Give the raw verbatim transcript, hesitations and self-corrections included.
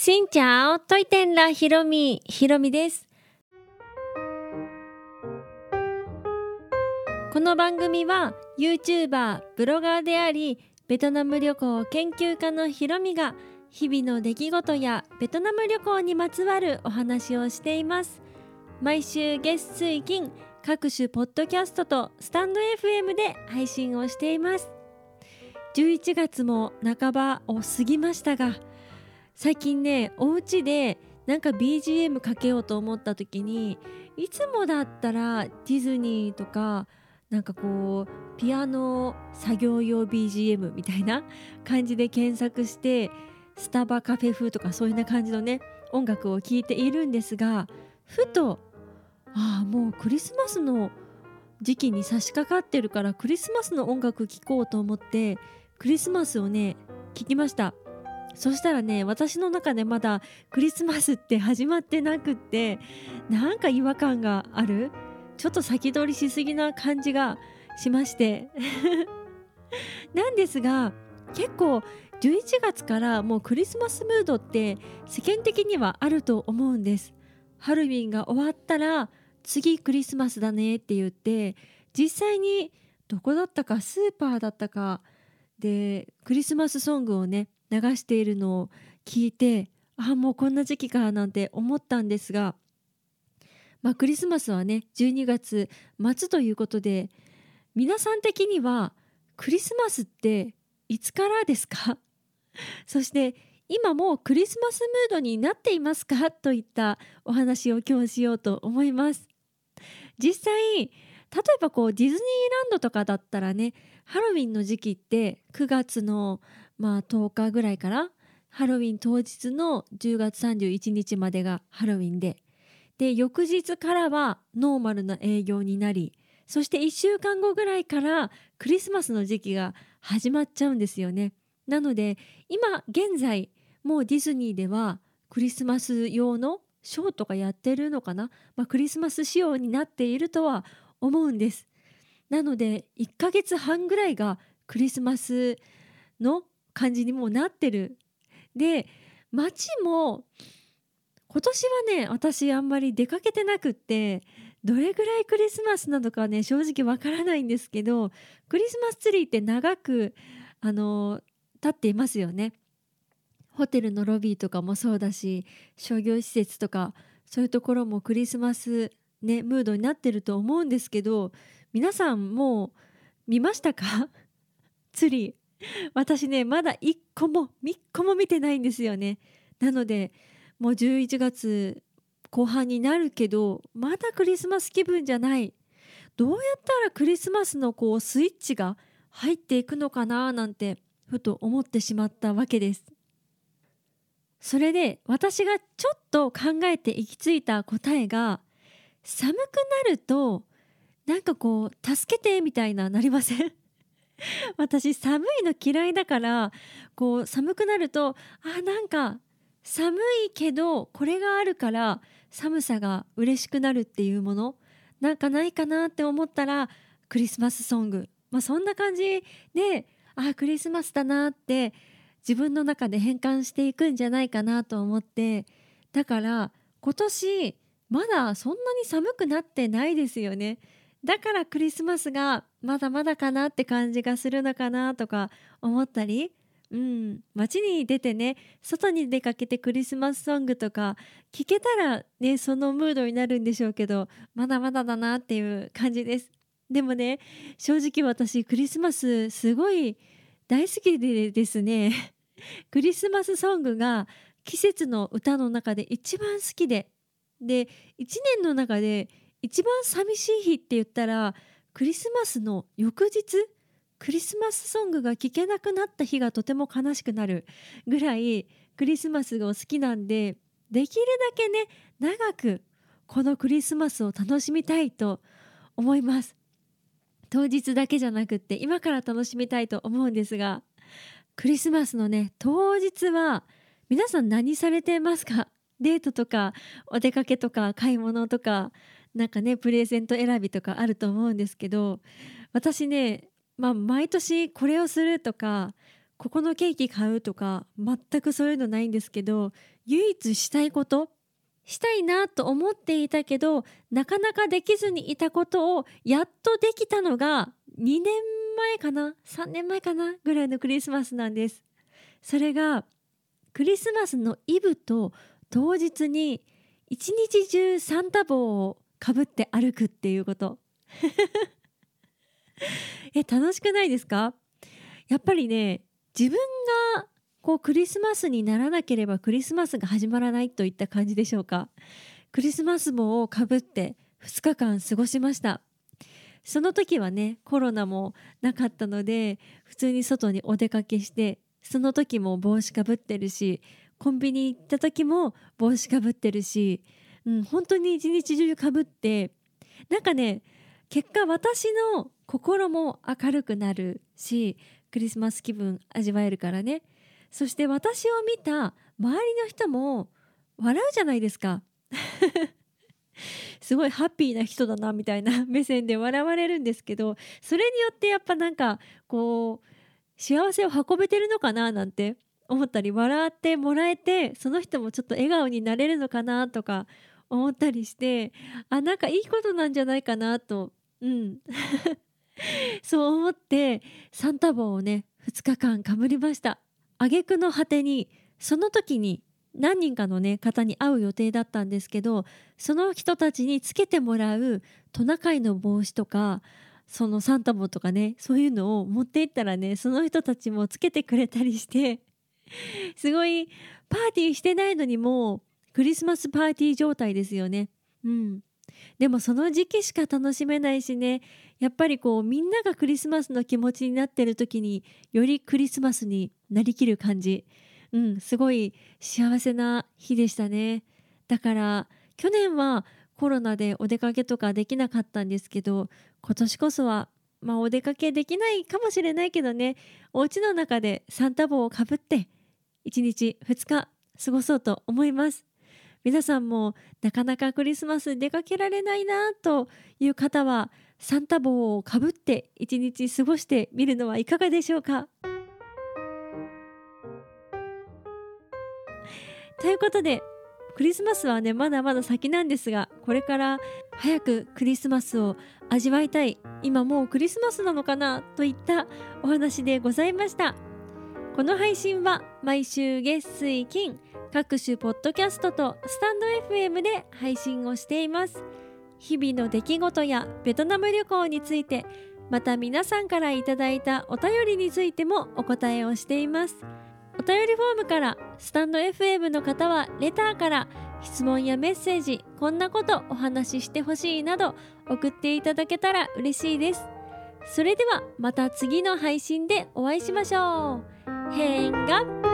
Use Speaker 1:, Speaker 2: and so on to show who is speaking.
Speaker 1: しんちゃおといてんらひろみひろみです。この番組は YouTuber ブロガーでありベトナム旅行研究家のひろみが日々の出来事やベトナム旅行にまつわるお話をしています。毎週月水金各種ポッドキャストとスタンド エフエム で配信をしています。じゅういちがつも半ばを過ぎましたが、最近ねお家でなんか ビージーエム かけようと思った時に、いつもだったらディズニーとかなんかこうピアノ作業用 ビージーエム みたいな感じで検索して、スタバカフェ風とかそういうような感じのね音楽を聴いているんですが、ふとああもうクリスマスの時期に差し掛かってるからクリスマスの音楽聴こうと思ってクリスマスをね聴きました。そしたらね、私の中でまだクリスマスって始まってなくって、なんか違和感がある、ちょっと先取りしすぎな感じがしましてなんですが、結構じゅういちがつからもうクリスマスムードって世間的にはあると思うんです。ハロウィンが終わったら次クリスマスだねって言って、実際にどこだったかスーパーだったかでクリスマスソングをね流しているのを聞いて、あもうこんな時期かなんて思ったんですが、まあ、クリスマスはねじゅうにがつ末ということで、皆さん的にはクリスマスっていつからですか？そして今もうクリスマスムードになっていますかといったお話を今日しようと思います。実際例えばこうディズニーランドとかだったらね、ハロウィンの時期ってくがつのまあとおかぐらいからハロウィン当日のじゅうがつさんじゅういちにちまでがハロウィンで、で翌日からはノーマルな営業になり、そしていっしゅうかんごぐらいからクリスマスの時期が始まっちゃうんですよね。なので今現在もうディズニーではクリスマス用のショーとかやってるのかな、まあ、クリスマス仕様になっているとは思うんです。なのでいっかげつはんぐらいがクリスマスの感じにもうなってる。で街も今年はね私あんまり出かけてなくって、どれぐらいクリスマスなのかね正直わからないんですけど、クリスマスツリーって長くあの立っていますよね。ホテルのロビーとかもそうだし、商業施設とかそういうところもクリスマスねムードになってると思うんですけど、皆さんもう見ましたか？ツリー。私ねまだいっこもみっこも見てないんですよね。なのでもうじゅういちがつこう半になるけどまだクリスマス気分じゃない。どうやったらクリスマスのこうスイッチが入っていくのかななんてふと思ってしまったわけです。それで私がちょっと考えて行き着いた答えが、寒くなるとなんかこう助けてみたいななりません？私寒いの嫌いだから、こう寒くなるとあなんか寒いけどこれがあるから寒さが嬉しくなるっていうものなんかないかなって思ったらクリスマスソング、まあそんな感じで、あクリスマスだなって自分の中で変換していくんじゃないかなと思って、だから今年まだそんなに寒くなってないですよね。だからクリスマスがまだまだかなって感じがするのかなとか思ったり、うん、街に出てね外に出かけてクリスマスソングとか聞けたらねそのムードになるんでしょうけど、まだまだだなっていう感じです。でもね正直私クリスマスすごい大好きでですねクリスマスソングが季節の歌の中で一番好きで、でいちねんの中で一番寂しい日って言ったらクリスマスの翌日、クリスマスソングが聴けなくなった日がとても悲しくなるぐらいクリスマスが好きなんで、できるだけね長くこのクリスマスを楽しみたいと思います。当日だけじゃなくって今から楽しみたいと思うんですが、クリスマスのね当日は皆さん何されてますか？デートとかお出かけとか買い物とかなんかねプレゼント選びとかあると思うんですけど、私ねまあ毎年これをするとかここのケーキ買うとか全くそういうのないんですけど、唯一したいことしたいなと思っていたけどなかなかできずにいたことをやっとできたのがにねんまえかなさんねんまえかなぐらいのクリスマスなんです。それがクリスマスのイブと当日に一日中サンタ帽をかぶって歩くっていうことえ楽しくないですか？やっぱりね、自分がこうクリスマスにならなければクリスマスが始まらないといった感じでしょうか。クリスマス帽をかぶってふつかかん過ごしました。その時はねコロナもなかったので普通に外にお出かけして、その時も帽子かぶってるし、コンビニ行った時も帽子かぶってるし、うん、本当に一日中かぶって、なんかね結果私の心も明るくなるしクリスマス気分味わえるからね。そして私を見た周りの人も笑うじゃないですかすごいハッピーな人だなみたいな目線で笑われるんですけど、それによってやっぱなんかこう幸せを運べてるのかななんて思ったり、笑ってもらえてその人もちょっと笑顔になれるのかなとか思ったりして、あ、なんかいいことなんじゃないかなと、うんそう思ってサンタ帽をねふつかかんかぶりました。挙句の果てにその時に何人かの、ね、方に会う予定だったんですけど、その人たちにつけてもらうトナカイの帽子とかそのサンタ帽とかね、そういうのを持っていったらね、その人たちもつけてくれたりしてすごいパーティーしてないのにもうクリスマスパーティー状態ですよね。うん、でもその時期しか楽しめないしね、やっぱりこうみんながクリスマスの気持ちになってる時によりクリスマスになりきる感じ、うん、すごい幸せな日でしたね。だから去年はコロナでお出かけとかできなかったんですけど、今年こそはまあお出かけできないかもしれないけどね、お家の中でサンタ帽をかぶっていちにちふつか過ごそうと思います。皆さんもなかなかクリスマス出かけられないなという方はサンタ帽をかぶっていちにち過ごしてみるのはいかがでしょうか。ということでクリスマスはねまだまだ先なんですが、これから早くクリスマスを味わいたい、今もうクリスマスなのかなといったお話でございました。この配信は毎週月水金各種ポッドキャストとスタンド エフエム で配信をしています。日々の出来事やベトナム旅行について、また皆さんからいただいたお便りについてもお答えをしています。お便りフォームから、スタンド エフエム の方はレターから質問やメッセージ、こんなことお話ししてほしいなど送っていただけたら嬉しいです。それではまた次の配信でお会いしましょう。変顔